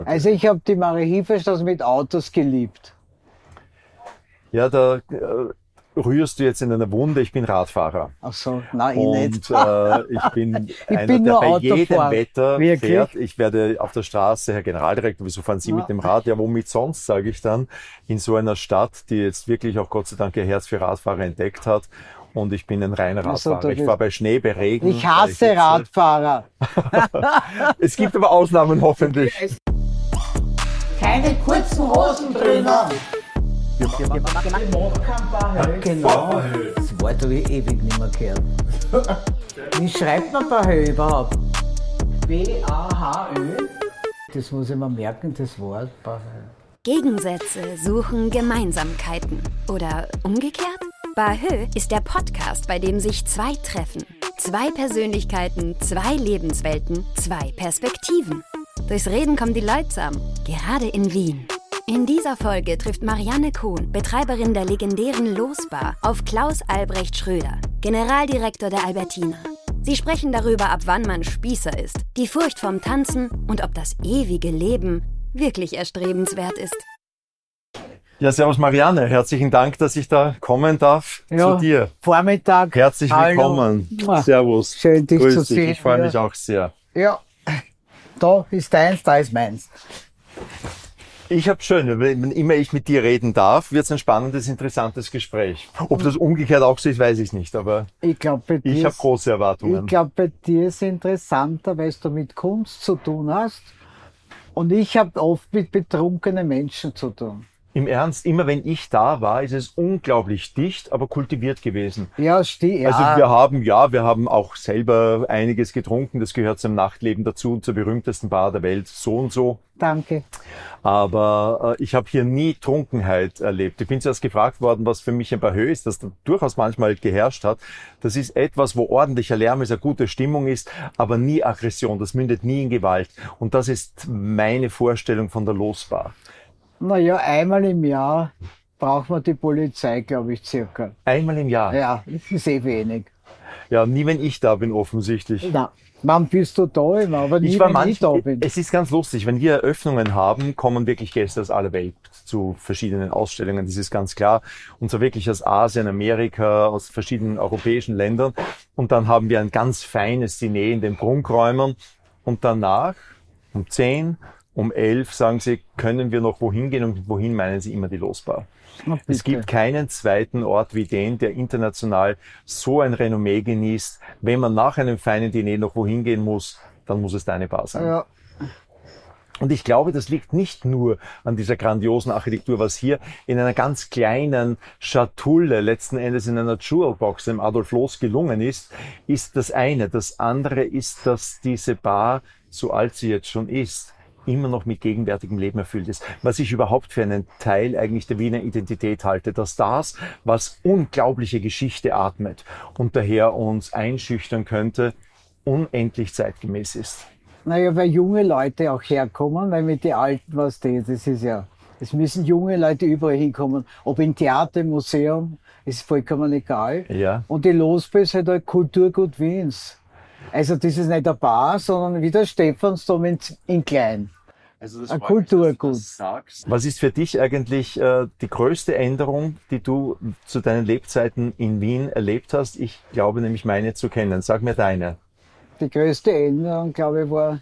Also ich habe die Marie-Hilfer-Straße mit Autos geliebt. Ja, da rührst du jetzt in einer Wunde. Ich bin Radfahrer. Ach so, nein, ich Und nicht. ich bin Ich einer, bin der nur bei jedem Autofahrer. Wetter Wirklich? fährt. Ich werde auf der Straße, Herr Generaldirektor, wieso fahren Sie Ja. mit dem Rad? Ja, womit sonst, sage ich dann, in so einer Stadt, die jetzt wirklich auch Gott sei Dank ihr Herz für Radfahrer entdeckt hat. Und ich bin ein reiner Also, Radfahrer. Ich fahre bei Schnee, bei Regen. Ich bei hasse Hitze. Radfahrer. Es gibt aber Ausnahmen hoffentlich. Keine kurzen Hosen drüber. Genau. Das Wort habe ich ewig nicht mehr gehört. Wie schreibt man Bahö überhaupt? B-A-H-Ö? Das muss ich mir merken, das Wort Bahö. Gegensätze suchen Gemeinsamkeiten. Oder umgekehrt? Bahö ist der Podcast, bei dem sich zwei treffen. Zwei Persönlichkeiten, zwei Lebenswelten, zwei Perspektiven. Durchs Reden kommen die Leute zusammen, gerade in Wien. In dieser Folge trifft Marianne Kuhn, Betreiberin der legendären Losbar, auf Klaus Albrecht Schröder, Generaldirektor der Albertina. Sie sprechen darüber, ab wann man Spießer ist, die Furcht vorm Tanzen und ob das ewige Leben wirklich erstrebenswert ist. Ja, servus Marianne. Herzlichen Dank, dass ich da kommen darf zu dir. Vormittag. Herzlich Hallo. willkommen. Servus. Schön, dich Grüß zu dich. sehen. Ich freue Ja. mich auch sehr. Ja, da ist deins, da ist meins. Ich habe schön, wenn immer ich mit dir reden darf, wird es ein spannendes, interessantes Gespräch. Ob das umgekehrt auch so ist, weiß ich nicht, aber Ich glaube, bei dir ich habe ist- große Erwartungen. Ich glaube, bei dir ist es interessanter, weil du mit Kunst zu tun hast. Und ich habe oft mit betrunkenen Menschen zu tun. Im Ernst, immer wenn ich da war, ist es unglaublich dicht, aber kultiviert gewesen. Ja, ja. Also wir haben auch selber einiges getrunken, das gehört zum Nachtleben dazu, zur berühmtesten Bar der Welt, so und so. Danke. Aber ich habe hier nie Trunkenheit erlebt. Ich bin zuerst gefragt worden, was für mich ein Bahö ist, das da durchaus manchmal geherrscht hat. Das ist etwas, wo ordentlicher Lärm ist, eine gute Stimmung ist, aber nie Aggression, das mündet nie in Gewalt. Und das ist meine Vorstellung von der Losbar. Naja, einmal im Jahr braucht man die Polizei, glaube ich, circa. Einmal im Jahr. Ja, das ist eh wenig. Ja, nie wenn ich da bin, offensichtlich. Na, wann bist du da immer? Aber nie, wenn ich da bin. Es ist ganz lustig, wenn wir Eröffnungen haben, kommen wirklich Gäste aus aller Welt zu verschiedenen Ausstellungen, das ist ganz klar. Und zwar wirklich aus Asien, Amerika, aus verschiedenen europäischen Ländern. Und dann haben wir ein ganz feines Diner in den Prunkräumen. Und danach, um 10, um 11 sagen sie, können wir noch wohin gehen? Und wohin meinen sie immer die Losbar? Na, Es bitte. gibt keinen zweiten Ort wie den, der international so ein Renommee genießt. Wenn man nach einem feinen Diner noch wohin gehen muss, dann muss es deine Bar sein. Ja, Und ich glaube, das liegt nicht nur an dieser grandiosen Architektur, was hier in einer ganz kleinen Schatulle, letzten Endes in einer Jewelbox dem Adolf Loos gelungen ist das eine. Das andere ist, dass diese Bar, so alt sie jetzt schon ist, immer noch mit gegenwärtigem Leben erfüllt ist. Was ich überhaupt für einen Teil eigentlich der Wiener Identität halte, dass das, was unglaubliche Geschichte atmet und daher uns einschüchtern könnte, unendlich zeitgemäß ist. naja, weil junge Leute auch herkommen, weil mit den Alten was das ist ja, es müssen junge Leute überall hinkommen. Ob in Theater, Museum, ist vollkommen egal. Ja. Und die Losbar ist halt ein Kulturgut Wiens. Also das ist nicht eine Bar, sondern wie der Stephansdom in klein. Also das Ein Kulturgut. Was ist für dich eigentlich die größte Änderung, die du zu deinen Lebzeiten in Wien erlebt hast? Ich glaube nämlich meine zu kennen. Sag mir deine. Die größte Änderung, glaube ich, war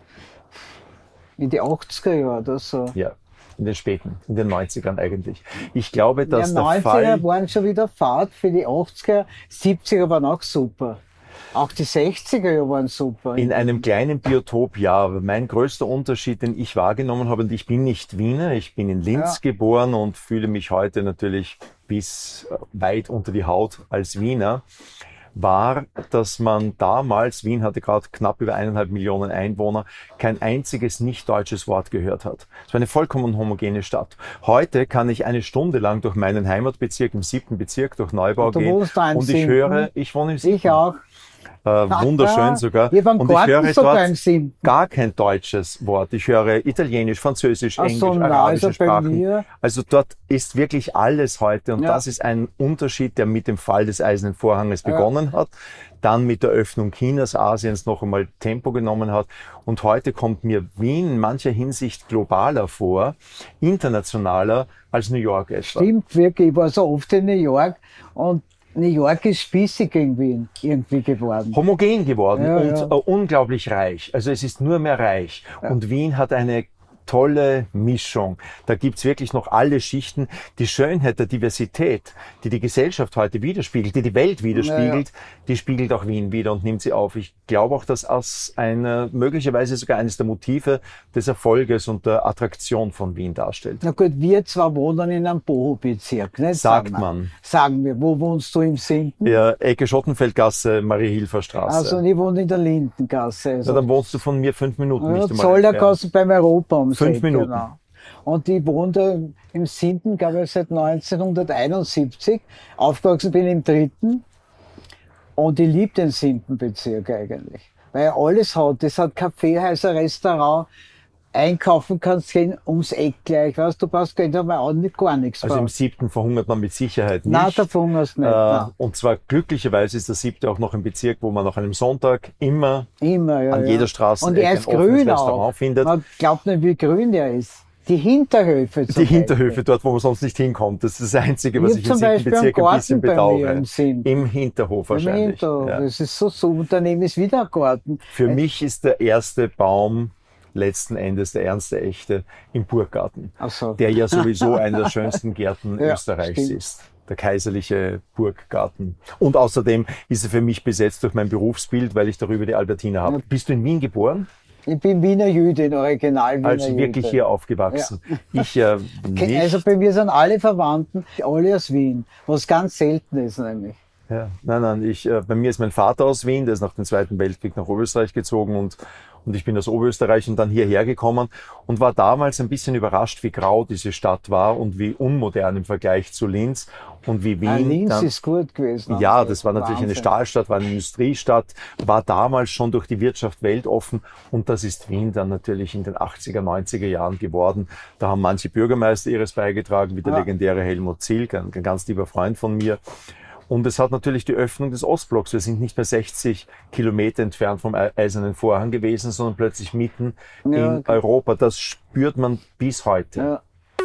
in die 80er Jahre oder so. Ja, in den 90ern eigentlich. Ich glaube, Die dass der 90er Fall... waren schon wieder Fahrt für die 80er, 70er waren auch super. Auch die 60er Jahre waren super. In einem kleinen Biotop, ja. Aber mein größter Unterschied, den ich wahrgenommen habe, und ich bin nicht Wiener, ich bin in Linz geboren und fühle mich heute natürlich bis weit unter die Haut als Wiener, war, dass man damals, Wien hatte gerade knapp über 1,5 Millionen Einwohner, kein einziges nicht deutsches Wort gehört hat. Es war eine vollkommen homogene Stadt. Heute kann ich eine Stunde lang durch meinen Heimatbezirk, im 7. Bezirk, durch Neubau Und du gehen wohnst da im und ich 7.? höre, ich wohne im 7. Ich auch. wunderschön sogar. Ich Und ich höre sogar im dort Siebten. gar kein deutsches Wort. Ich höre Italienisch, Französisch, Englisch, arabische Sprachen. Also dort ist wirklich alles heute. Und das ist ein Unterschied, der mit dem Fall des Eisernen Vorhanges begonnen hat, dann mit der Öffnung Chinas, Asiens noch einmal Tempo genommen hat. Und heute kommt mir Wien in mancher Hinsicht globaler vor, internationaler als New York etwa. Stimmt, wirklich. Ich war so oft in New York und New York ist spießig gegen Wien irgendwie geworden. Homogen geworden Ja. unglaublich reich. Also es ist nur mehr reich. Und Wien hat eine tolle Mischung. Da gibt's wirklich noch alle Schichten. Die Schönheit der Diversität, die die Gesellschaft heute widerspiegelt, die die Welt widerspiegelt, die spiegelt auch Wien wieder und nimmt sie auf. Ich glaube auch, dass aus möglicherweise sogar eines der Motive des Erfolges und der Attraktion von Wien darstellt. Na gut, wir zwar wohnen in einem Boho-Bezirk, nicht? Sagt man. Sagen wir. Wo wohnst du im Siebten? Ja, Ecke Schottenfeldgasse, Marie-Hilfer-Straße. Also ich wohne in der Lindengasse. Also. Na, dann wohnst du von mir 5 Minuten nicht einmal Zollergasse beim Europa um 5 Minuten. Genau. Und ich wohne da im Siebten, glaube ich, seit 1971. Aufgewachsen bin ich im 3. Und ich liebe den 7. Bezirk eigentlich. Weil er alles hat. Es hat Kaffeehäuser, Restaurant. Einkaufen kannst gehen ums Eck gleich. Weißt, du brauchst gar nichts. Also im 7. verhungert man mit Sicherheit nicht. Nein, da verhungerst du nicht. Und zwar glücklicherweise ist der 7. auch noch ein Bezirk, wo man nach einem Sonntag immer an jeder Straße und er ist ein offenes grün Restaurant auch. findet. Man glaubt nicht, wie grün der ist. Die Hinterhöfe zum Die Hinterhöfe, dort, wo man sonst nicht hinkommt. Das ist das Einzige, was ich im 7. Bezirk ein bisschen bedauere. Im Hinterhof wahrscheinlich. Im Hinterhof. Ja. Das ist so super. Und daneben ist wieder ein Garten. Für mich ist der erste Baum letzten Endes der ernste echte im Burggarten, der ja sowieso einer der schönsten Gärten Österreichs ist. Der kaiserliche Burggarten. Und außerdem ist er für mich besetzt durch mein Berufsbild, weil ich darüber die Albertina habe. Bist du in Wien geboren? Ich bin Wiener Jüdin, Original Wiener Also wirklich Jüdin. hier aufgewachsen. Ja. Ich nicht. Also bei mir sind alle Verwandten, alle aus Wien, was ganz selten ist nämlich. Ja, nein, bei mir ist mein Vater aus Wien, der ist nach dem Zweiten Weltkrieg nach Oberösterreich gezogen und ich bin aus Oberösterreich und dann hierher gekommen und war damals ein bisschen überrascht, wie grau diese Stadt war und wie unmodern im Vergleich zu Linz und wie Wien. Linz ist gut gewesen. Ja, das war natürlich eine Stahlstadt, war eine Industriestadt, war damals schon durch die Wirtschaft weltoffen und das ist Wien dann natürlich in den 80er, 90er Jahren geworden. Da haben manche Bürgermeister ihres beigetragen, wie der legendäre Helmut Zilk, ein ganz lieber Freund von mir. Und es hat natürlich die Öffnung des Ostblocks. Wir sind nicht mehr 60 Kilometer entfernt vom Eisernen Vorhang gewesen, sondern plötzlich mitten in Europa. Das spürt man bis heute.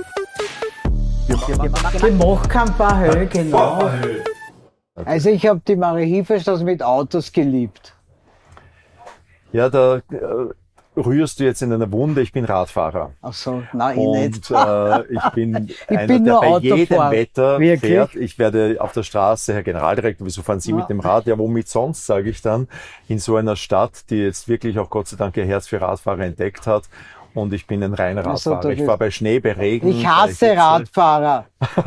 Ja. Gemacht kann Bahö, genau. Also ich habe die Marie-Hilfer-Straße mit Autos geliebt. Ja, da rührst du jetzt in einer Wunde. Ich bin Radfahrer. Ach so, nein, ich nicht. Ich bin einer, der bei jedem Wetter fährt. Ich werde auf der Straße, Herr Generaldirektor, wieso fahren Sie mit dem Rad? Ja, womit sonst, sage ich dann, in so einer Stadt, die jetzt wirklich auch Gott sei Dank ihr Herz für Radfahrer entdeckt hat. Und ich bin ein reiner Radfahrer. Ich fahre bei Schnee, bei Regen. Ich hasse Radfahrer.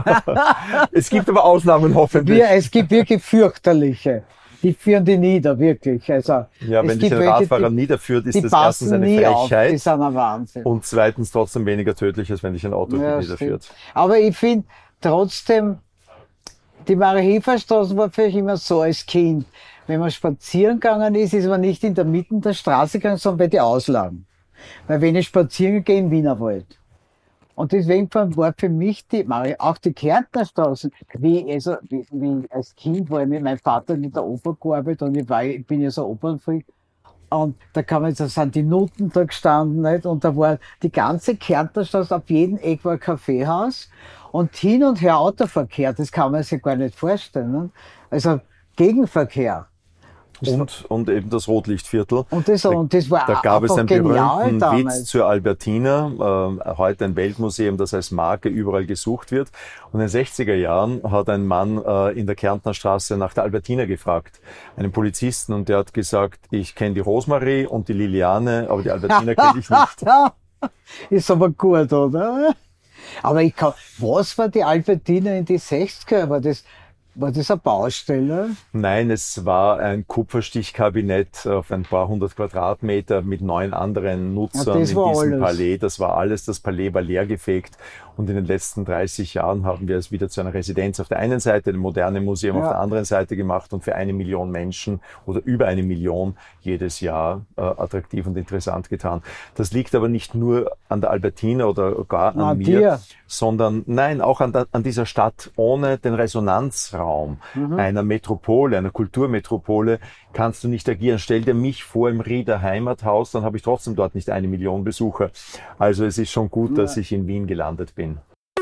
Es gibt aber Ausnahmen hoffentlich. Es gibt wirklich fürchterliche. Die führen die nieder, wirklich. Also, ja, wenn dich ein Radfahrer niederführt, ist das erstens eine Frechheit. Die sind ein Wahnsinn. Und zweitens trotzdem weniger tödlich, als wenn dich ein Auto niederführt. Stimmt. Aber ich finde trotzdem, die Marie-Hilfer-Straße war für mich immer so als Kind. Wenn man spazieren gegangen ist man nicht in der Mitte der Straße gegangen, sondern bei den Auslagen. Weil wenn ich spazieren gehe im Wienerwald. Und deswegen war für mich auch die Kärntner Straßen, wie als Kind war ich mit meinem Vater mit der Oper gearbeitet und ich bin ja so Opernfreak. Und da sind die Nutten da gestanden, nicht? Und da war die ganze Kärntner Straße, auf jedem Eck war ein Kaffeehaus und hin und her Autoverkehr, das kann man sich gar nicht vorstellen. Ne? Also Gegenverkehr. Und eben das Rotlichtviertel. Und das war da gab es einen berühmten damals. Witz zur Albertina, heute ein Weltmuseum, das als Marke überall gesucht wird. Und in den 60er Jahren hat ein Mann in der Kärntner Straße nach der Albertina gefragt, einen Polizisten, und der hat gesagt, ich kenne die Rosmarie und die Liliane, aber die Albertina kenne ich nicht. Ist aber gut, oder? Aber was war die Albertina in die 60er? War das eine Baustelle? Nein, es war ein Kupferstichkabinett auf ein paar 100 Quadratmeter mit 9 anderen Nutzern in diesem Palais. Das war alles. Das Palais war leergefegt. Und in den letzten 30 Jahren haben wir es wieder zu einer Residenz auf der einen Seite, dem modernen Museum auf der anderen Seite gemacht und für 1 Million Menschen oder über 1 Million jedes Jahr attraktiv und interessant getan. Das liegt aber nicht nur an der Albertina oder gar an mir, sondern nein, auch an dieser Stadt. Ohne den Resonanzraum einer Metropole, einer Kulturmetropole, kannst du nicht agieren. Stell dir mich vor im Rieder Heimathaus, dann habe ich trotzdem dort nicht 1 Million Besucher. Also es ist schon gut, dass ich in Wien gelandet bin.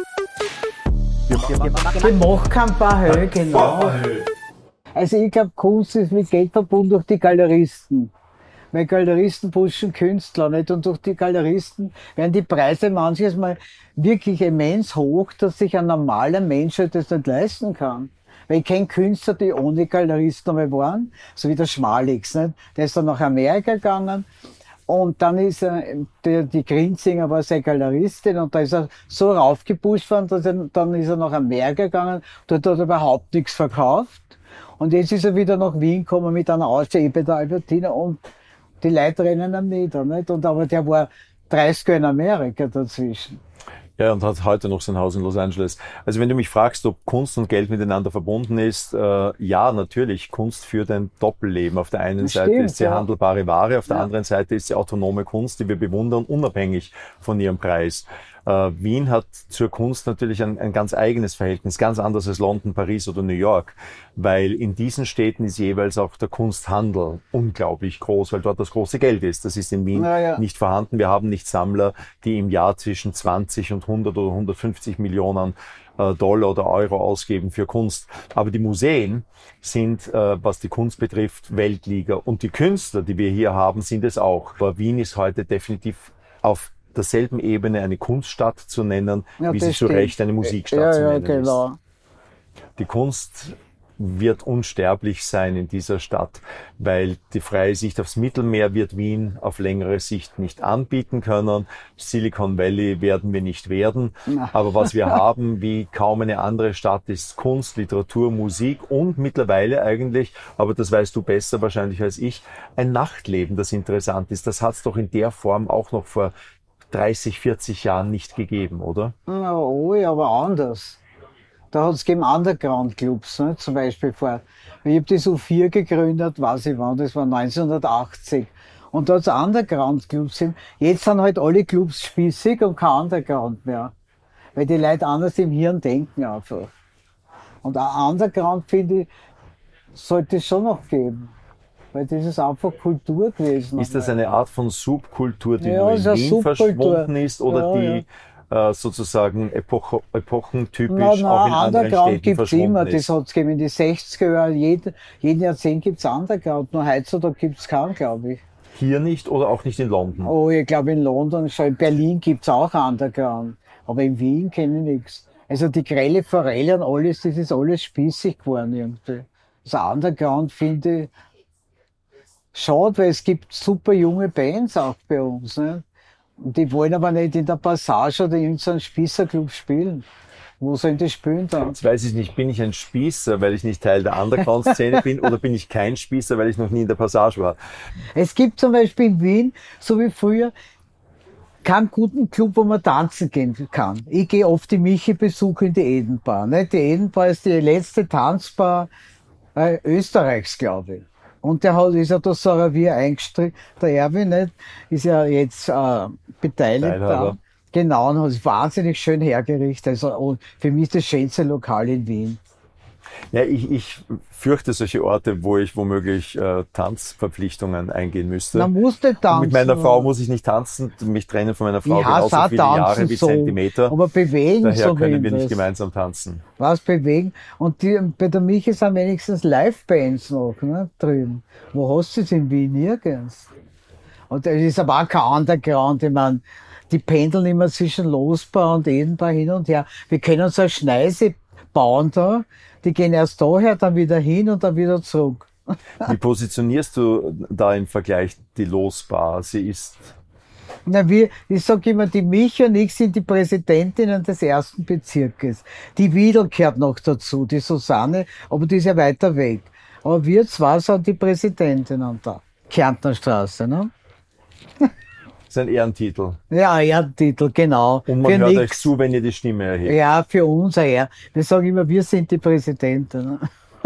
Die Machkamp Bahö, genau. Also ich glaube, Kunst ist mit Geld verbunden durch die Galeristen. Weil Galeristen pushen Künstler nicht und durch die Galeristen werden die Preise manches Mal wirklich immens hoch, dass sich ein normaler Mensch das nicht leisten kann. Weil ich kenne Künstler, die ohne Galeristen einmal waren, so wie der Schmalix, nicht? Der ist dann nach Amerika gegangen und dann ist die Grinzinger war seine Galeristin und da ist er so raufgepusht worden, dass dann ist er nach Amerika gegangen, dort hat er überhaupt nichts verkauft und jetzt ist er wieder nach Wien gekommen mit einer Ausstellung bei der Albertina und die Leute rennen ihm nieder, nicht? Und aber der war 30 Jahre in Amerika dazwischen. Ja, und hat heute noch sein Haus in Los Angeles. Also wenn du mich fragst, ob Kunst und Geld miteinander verbunden ist, ja, natürlich. Kunst führt ein Doppelleben. Auf der einen Seite ist sie handelbare Ware, auf der anderen Seite ist sie autonome Kunst, die wir bewundern, unabhängig von ihrem Preis. Wien hat zur Kunst natürlich ein ganz eigenes Verhältnis, ganz anders als London, Paris oder New York, weil in diesen Städten ist jeweils auch der Kunsthandel unglaublich groß, weil dort das große Geld ist. Das ist in Wien nicht vorhanden. Wir haben nicht Sammler, die im Jahr zwischen 20 und 100 oder 150 Millionen Dollar oder Euro ausgeben für Kunst. Aber die Museen sind, was die Kunst betrifft, Weltliga. Und die Künstler, die wir hier haben, sind es auch. Aber Wien ist heute definitiv auf derselben Ebene eine Kunststadt zu nennen, wie sie zu Recht eine Musikstadt zu nennen ist. Die Kunst wird unsterblich sein in dieser Stadt, weil die freie Sicht aufs Mittelmeer wird Wien auf längere Sicht nicht anbieten können. Silicon Valley werden wir nicht werden. Aber was wir haben, wie kaum eine andere Stadt, ist Kunst, Literatur, Musik und mittlerweile eigentlich, aber das weißt du besser wahrscheinlich als ich, ein Nachtleben, das interessant ist. Das hat es doch in der Form auch noch vor 30, 40 Jahren nicht gegeben, oder? Ja, aber anders. Da hat es gegeben Underground-Clubs, ne? Zum Beispiel ich habe das U4 gegründet, weiß ich wann, das war 1980. Und da hat es Underground-Clubs sind. Jetzt sind halt alle Clubs spießig und kein Underground mehr. Weil die Leute anders im Hirn denken einfach. Und ein Underground, finde ich, sollte es schon noch geben. Weil das ist einfach Kultur gewesen. Ist das eine Art von Subkultur, die nur in Wien verschwunden ist oder die sozusagen epochentypisch auch in anderen Städten verschwunden ist? Das hat es gegeben in den 60er Jahren. Jeden Jahrzehnt gibt es Underground. Nur heutzutage gibt es keinen, glaube ich. Hier nicht oder auch nicht in London? Oh, ich glaube in London schon. In Berlin gibt es auch Underground. Aber in Wien kenne ich nichts. Also die grelle Forelle und alles, das ist alles spießig geworden irgendwie. Das Underground finde ich schade, weil es gibt super junge Bands auch bei uns. Ne? Und die wollen aber nicht in der Passage oder in irgendeinem Spießerclub spielen. Wo sollen die spielen dann? Jetzt weiß ich nicht, bin ich ein Spießer, weil ich nicht Teil der Underground-Szene bin, oder bin ich kein Spießer, weil ich noch nie in der Passage war? Es gibt zum Beispiel in Wien, so wie früher, keinen guten Club, wo man tanzen gehen kann. Ich gehe oft die Michi-Besuche in die Edenbar. Ne? Die Edenbar ist die letzte Tanzbar Österreichs, glaube ich. Und ist ja da Soravia eingestrichen. Der Erwin, nicht, ist ja jetzt beteiligt da. Genau, und hat es wahnsinnig schön hergerichtet. Also für mich ist das schönste Lokal in Wien. Ja, ich fürchte solche Orte, wo ich womöglich Tanzverpflichtungen eingehen müsste. Man muss nicht tanzen. Mit meiner Frau muss ich nicht tanzen, mich trennen von meiner Frau genauso viele Jahre wie Zentimeter. Aber bewegen daher können wir nicht gemeinsam tanzen. Was bewegen? Und bei der Michi sind wenigstens Live-Bands noch, ne, drüben. Wo hast du es in Wien? Nirgends. Und es ist aber auch kein Underground. Ich meine, die pendeln immer zwischen Losbar und Edenbar hin und her. Wir können so eine Schneise bauen da. Die gehen erst daher, dann wieder hin und dann wieder zurück. Wie positionierst du da im Vergleich die Losbar? Sie ist... Ich sage immer, die Michi und ich sind die Präsidentinnen des 1. Bezirkes. Die Wiedel gehört noch dazu, die Susanne, aber die ist ja weiter weg. Aber wir zwei sind die Präsidentinnen da. Kärntner Straße, ne? ist ein Ehrentitel. Ja, Ehrentitel, genau. Und man für hört nix. euch zu, wenn ihr die Stimme erhebt. Ja, für uns ein Ehr. Wir sagen immer, wir sind die Präsidenten. Ne?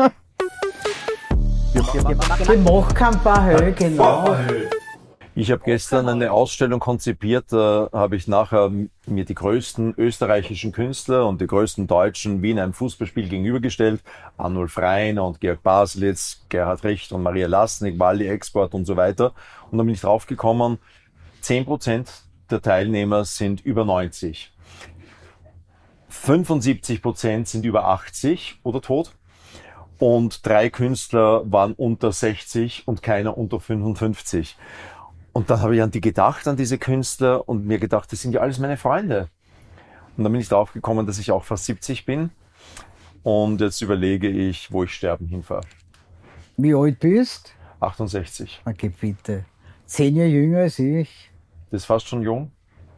Die Machkampagne, genau. Ich habe gestern eine Ausstellung konzipiert, da habe ich nachher mir die größten österreichischen Künstler und die größten Deutschen wie in einem Fußballspiel gegenübergestellt. Arnulf Reiner und Georg Baselitz, Gerhard Richt und Maria Lasnik, Wally Export und so weiter. Und dann bin ich draufgekommen, 10% der Teilnehmer sind über 90. 75% sind über 80 oder tot. Und 3 Künstler waren unter 60 und keiner unter 55. Und dann habe ich an die gedacht, an diese Künstler, und mir gedacht, das sind ja alles meine Freunde. Und dann bin ich drauf gekommen, dass ich auch fast 70 bin. Und jetzt überlege ich, wo ich sterben hinfahre. Wie alt bist? 68. Okay, bitte. 10 Jahre jünger als ich. Das ist fast schon jung.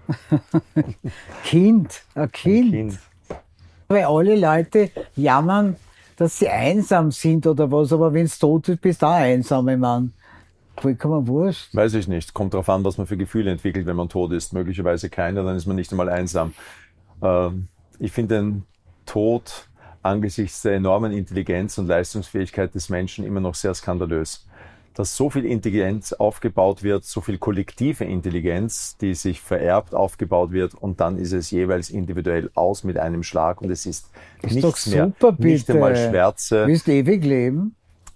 Kind, ein Ein Kind. Kind. Weil alle Leute jammern, dass sie einsam sind oder was, aber wenn du tot bist, bist du auch einsam, ich mein. Vollkommen wurscht. Weiß ich nicht. Kommt darauf an, was man für Gefühle entwickelt, wenn man tot ist. Möglicherweise keiner, dann ist man nicht einmal einsam. Ich finde den Tod angesichts der enormen Intelligenz und Leistungsfähigkeit des Menschen immer noch sehr skandalös. Dass so viel Intelligenz aufgebaut wird, so viel kollektive Intelligenz, die sich vererbt, aufgebaut wird, und dann ist es jeweils individuell aus mit einem Schlag und es ist nichts doch mehr. super, Nicht bitte. einmal Schwärze. Willst du ewig leben?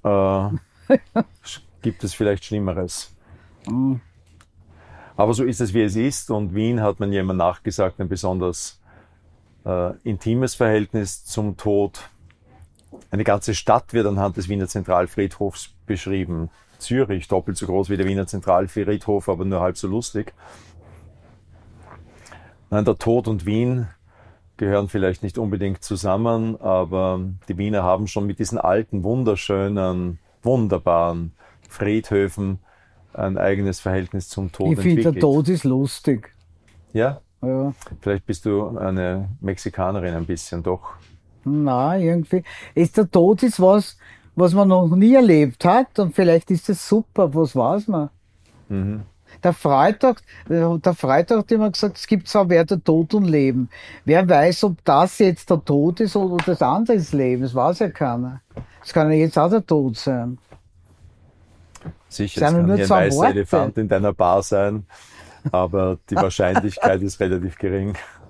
Gibt es vielleicht Schlimmeres. Aber so ist es, wie es ist. Und Wien, hat man ja immer nachgesagt, ein besonders intimes Verhältnis zum Tod. Eine ganze Stadt wird anhand des Wiener Zentralfriedhofs beschrieben. Zürich, doppelt so groß wie der Wiener Zentralfriedhof, aber nur halb so lustig. Nein, der Tod und Wien gehören vielleicht nicht unbedingt zusammen, aber die Wiener haben schon mit diesen alten, wunderschönen, wunderbaren Friedhöfen ein eigenes Verhältnis zum Tod Ich finde, entwickelt. der Tod ist lustig. Ja? Ja. Vielleicht bist du eine Mexikanerin ein bisschen, doch. Nein, irgendwie. Der Tod ist was man noch nie erlebt hat, und vielleicht ist es super, was weiß man. Der Freitag hat immer gesagt, es gibt zwei Werte, Tod und Leben. Wer weiß, ob das jetzt der Tod ist oder das andere ist Leben, das weiß ja keiner. Es kann ja jetzt auch der Tod sein. Sicher, Sind es kann nur hier ein zwei weißer Worte. Elefant in deiner Bar sein, aber die Wahrscheinlichkeit ist relativ gering.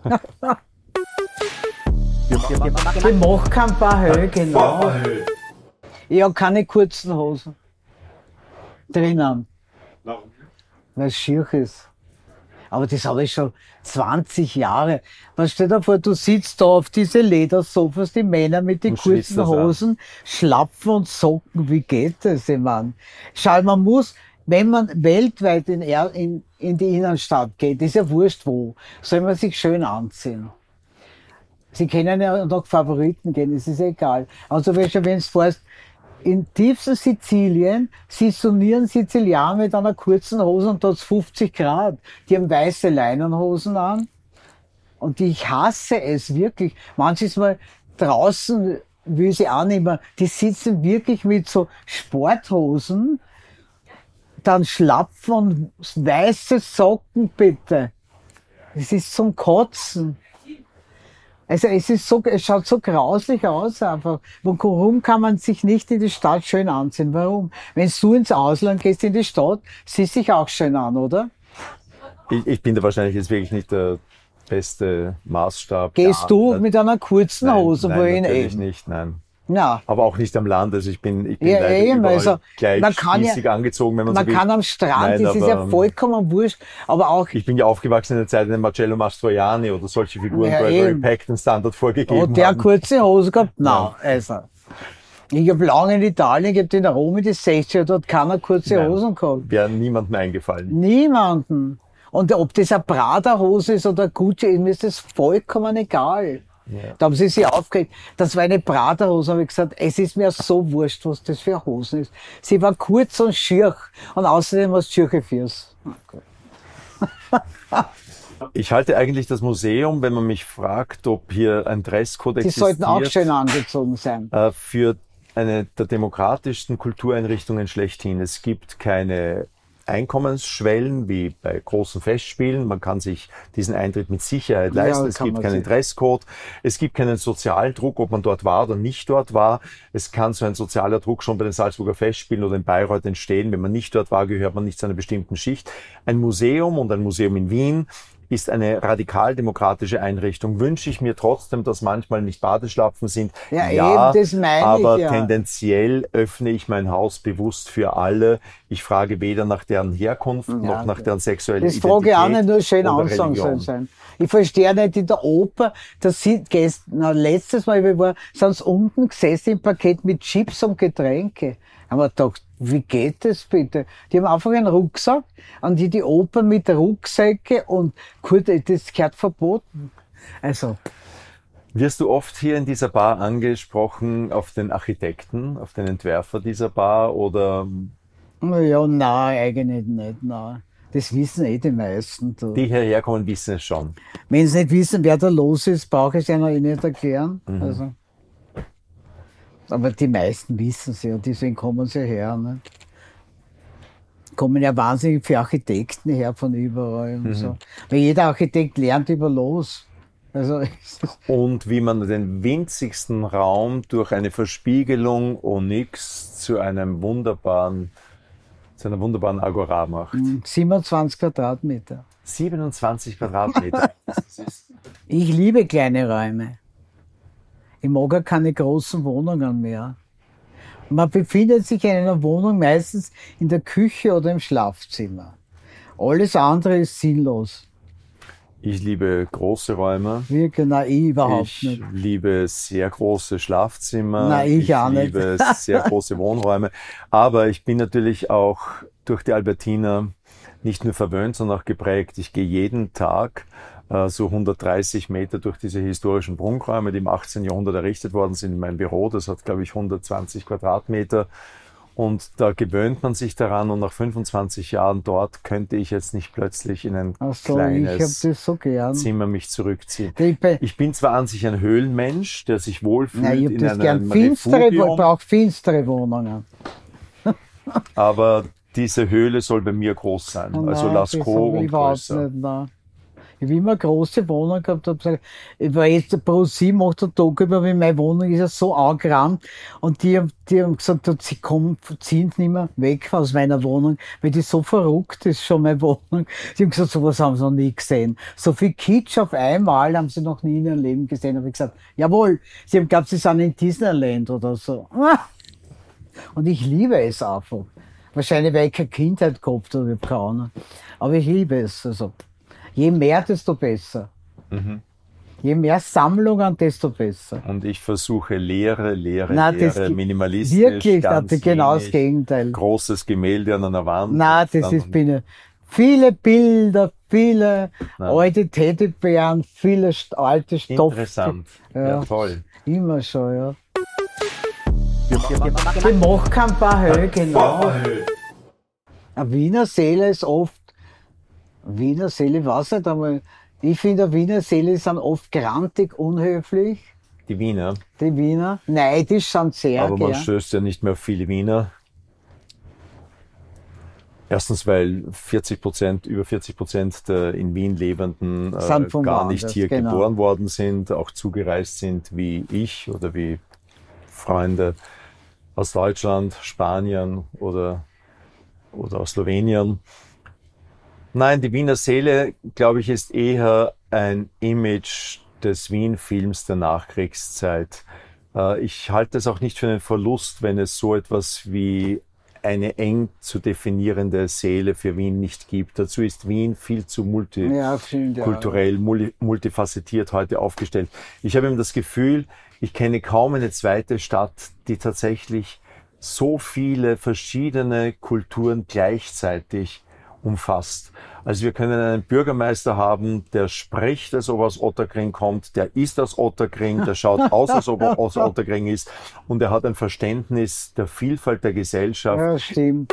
Die Machkampagne, genau. Ich habe keine kurzen Hosen. Drinnen. Warum? Weil es schier ist. Aber das habe ich schon 20 Jahre. Was stell dir vor, du sitzt da auf diese Ledersofas, die Männer mit den Und schwitzt kurzen das an. Hosen, Schlapfen und Socken. Wie geht das, ich mein? Schau, man muss, wenn man weltweit in die Innenstadt geht, ist ja wurscht wo, soll man sich schön anziehen. Sie können ja nach Favoriten gehen, es ist egal. Also wenn du fährst, in tiefsten Sizilien saisonieren Sizilianer mit einer kurzen Hose und da hat's 50 Grad. Die haben weiße Leinenhosen an. Und ich hasse es wirklich. Manches Mal draußen will sie auch nicht mehr. Die sitzen wirklich mit so Sporthosen, dann Schlapfen und weiße Socken, bitte. Das ist zum Kotzen. Also es schaut so grauslich aus einfach. Warum kann man sich nicht in die Stadt schön anziehen? Warum? Wenn du ins Ausland gehst, in die Stadt, siehst du dich auch schön an, oder? Ich bin da wahrscheinlich jetzt wirklich nicht der beste Maßstab. Gehst Ja, du mit einer kurzen Hose nein, wohin natürlich eben? nicht, nein. Ja. Aber auch nicht am Land. Also ich bin Ja, leider eben, überall also, gleich man kann ja- spießig angezogen, wenn man so Man will. kann am Strand, Nein, das ist aber, ja vollkommen wurscht, aber auch, Ich bin ja aufgewachsen in der Zeit, in der Marcello Mastroianni oder solche Figuren, Ja, Gregory eben. Peck den Standard vorgegeben hat der haben. kurze Hose gehabt? Nein, also. Ich habe lange in Italien gehabt, in Rom in die 60er, da hat keiner kurze Nein. Hosen gehabt. Wäre niemandem eingefallen. Niemanden. Und ob das eine Prada-Hose ist oder eine Gucci, mir ist das vollkommen egal. Ja. Da haben sie sich aufgeregt. Das war eine Prada-Hose, habe ich gesagt, es ist mir so wurscht, was das für eine Hose ist. Sie war kurz und schier und außerdem was schiefe Füße. Ich halte eigentlich das Museum, wenn man mich fragt, ob hier ein Dresscode Sie existiert, sollten auch schön angezogen sein. für eine der demokratischsten Kultureinrichtungen schlechthin. Es gibt keine Einkommensschwellen wie bei großen Festspielen. Man kann sich diesen Eintritt mit Sicherheit leisten. Ja, es gibt keinen Dresscode. Es gibt keinen Sozialdruck, ob man dort war oder nicht dort war. Es kann so ein sozialer Druck schon bei den Salzburger Festspielen oder in Bayreuth entstehen. Wenn man nicht dort war, gehört man nicht zu einer bestimmten Schicht. Ein Museum und ein Museum in Wien ist eine radikal-demokratische Einrichtung. Wünsche ich mir trotzdem, dass manchmal nicht Badeschlapfen sind. Ja, eben, das meine aber ich, ja. tendenziell öffne ich mein Haus bewusst für alle. Ich frage weder nach deren Herkunft noch nach deren sexuellen Das Identität. frage ich auch nicht, nur schön oder ansagen soll Religion. sein. Ich verstehe nicht in der Oper, da sind letztes Mal, wie ich war, sind sie unten gesessen im Parkett mit Chips und Getränke. Haben wir gedacht, wie geht das bitte? Die haben einfach einen Rucksack, an die Oper mit Rucksäcke und gut, das gehört verboten. Also. Wirst du oft hier in dieser Bar angesprochen auf den Architekten, auf den Entwerfer dieser Bar oder? Ja, nein, eigentlich nicht, nein. Das wissen eh die meisten. Du. Die hierher kommen, wissen es schon. Wenn sie nicht wissen, wer da los ist, brauche ich es ihnen eh nicht erklären. Also. Aber die meisten wissen sie und deswegen kommen sie her. Ne? Kommen ja wahnsinnig viele Architekten her von überall und so. Weil jeder Architekt lernt über los. Also, und wie man den winzigsten Raum durch eine Verspiegelung und nix zu einer wunderbaren Agora macht. 27 Quadratmeter. 27 Quadratmeter. Ich liebe kleine Räume. Ich mag ja keine großen Wohnungen mehr. Man befindet sich in einer Wohnung meistens in der Küche oder im Schlafzimmer. Alles andere ist sinnlos. Ich liebe große Räume. Wirklich, nein, ich überhaupt nicht. Ich liebe sehr große Schlafzimmer. Nein, ich auch nicht. liebe sehr große Wohnräume. Aber ich bin natürlich auch durch die Albertina nicht nur verwöhnt, sondern auch geprägt. Ich gehe jeden Tag so 130 Meter durch diese historischen Prunkräume, die im 18. Jahrhundert errichtet worden sind, in meinem Büro. Das hat, glaube ich, 120 Quadratmeter. Und da gewöhnt man sich daran und nach 25 Jahren dort könnte ich jetzt nicht plötzlich in ein kleines Zimmer mich zurückziehen. Ich bin zwar an sich ein Höhlenmensch, der sich wohlfühlt in einem Refugium. Ich brauche finstere Wohnungen. Aber diese Höhle soll bei mir groß sein. Also Lascaux und größer. Ich habe immer eine große Wohnung gehabt, ich war jetzt Pro7 macht der Tag über, weil meine Wohnung ist ja so angerannt und die haben gesagt, sie ziehen nicht mehr weg aus meiner Wohnung, weil die so verrückt ist schon meine Wohnung. Sie haben gesagt, sowas haben sie noch nie gesehen. So viel Kitsch auf einmal haben sie noch nie in ihrem Leben gesehen. Habe ich gesagt, jawohl, sie haben geglaubt, sie sind in Disneyland oder so. Und ich liebe es einfach. Wahrscheinlich, weil ich keine Kindheit gehabt habe, ich habe keine Ahnung. Aber ich liebe es, also. Je mehr, desto besser. Je mehr Sammlungen, desto besser. Und ich versuche Leere, minimalistisch, wirklich, ganz genau wenig, das Gegenteil. Großes Gemälde an einer Wand. Nein, das ist viele Bilder, viele alte Teddybären, viele alte Stoffe. Interessant, ja toll. Immer schon, ja. Die Machkamp-Bahö, genau. Eine Wiener Seele ist oft Wiener Seele, weiß nicht, aber ich finde, Wiener Seele sind oft grantig, unhöflich. Die Wiener? Die Wiener. Neidisch sind sehr aber man gern. stößt ja nicht mehr auf viele Wiener. Erstens, weil über 40% der in Wien Lebenden gar nicht hier geboren worden sind, auch zugereist sind wie ich oder wie Freunde aus Deutschland, Spanien oder aus Slowenien. Nein, die Wiener Seele, glaube ich, ist eher ein Image des Wien-Films der Nachkriegszeit. Ich halte es auch nicht für einen Verlust, wenn es so etwas wie eine eng zu definierende Seele für Wien nicht gibt. Dazu ist Wien viel zu multikulturell, multifacettiert heute aufgestellt. Ich habe eben das Gefühl, ich kenne kaum eine zweite Stadt, die tatsächlich so viele verschiedene Kulturen gleichzeitig umfasst. Also wir können einen Bürgermeister haben, der spricht, als ob er aus Otterkring kommt, der ist aus Otterkring, der schaut aus, als ob er aus Otterkring ist und er hat ein Verständnis der Vielfalt der Gesellschaft. Ja, stimmt.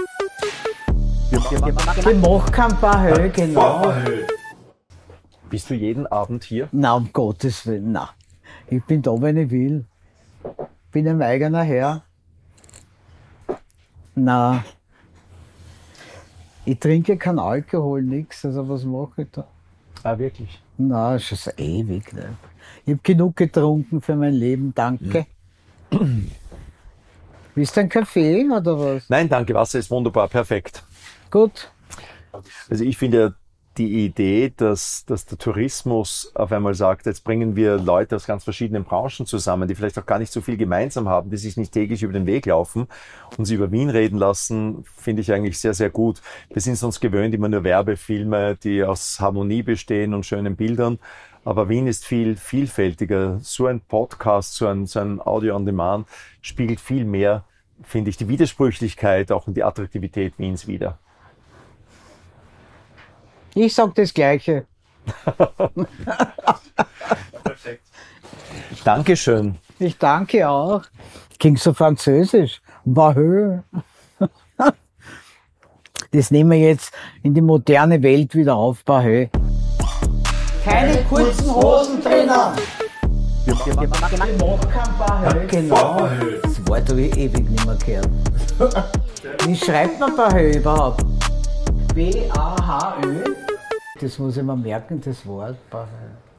Die Machkamp-Bahö, genau. Bist du jeden Abend hier? Na, um Gottes Willen, na. Ich bin da, wenn ich will. Bin ein eigener Herr. Na. Ich trinke keinen Alkohol, nix. Also was mache ich da? Ah, wirklich? Na, schon so ewig. Ne? Ich habe genug getrunken für mein Leben, danke. Willst du einen Kaffee oder was? Nein, danke, Wasser ist wunderbar, perfekt. Gut. Also ich finde ja die Idee, dass der Tourismus auf einmal sagt, jetzt bringen wir Leute aus ganz verschiedenen Branchen zusammen, die vielleicht auch gar nicht so viel gemeinsam haben, die sich nicht täglich über den Weg laufen und sie über Wien reden lassen, finde ich eigentlich sehr, sehr gut. Wir sind sonst gewöhnt, immer nur Werbefilme, die aus Harmonie bestehen und schönen Bildern. Aber Wien ist viel vielfältiger. So ein Podcast, so ein Audio on Demand spiegelt viel mehr, finde ich, die Widersprüchlichkeit auch und die Attraktivität Wiens wider. Ich sag das Gleiche. Perfekt. Dankeschön. Ich danke auch. Klingt so französisch. Bahö. Das nehmen wir jetzt in die moderne Welt wieder auf, Bahö. Keine kurzen Hosen drinnen. Wir machen kein Bahö. Genau. Das Wort habe ich ewig nicht mehr gehört. Wie schreibt man Bahö überhaupt? B-A-H-Ö? Das muss ich mir merken, das Wort Bahö.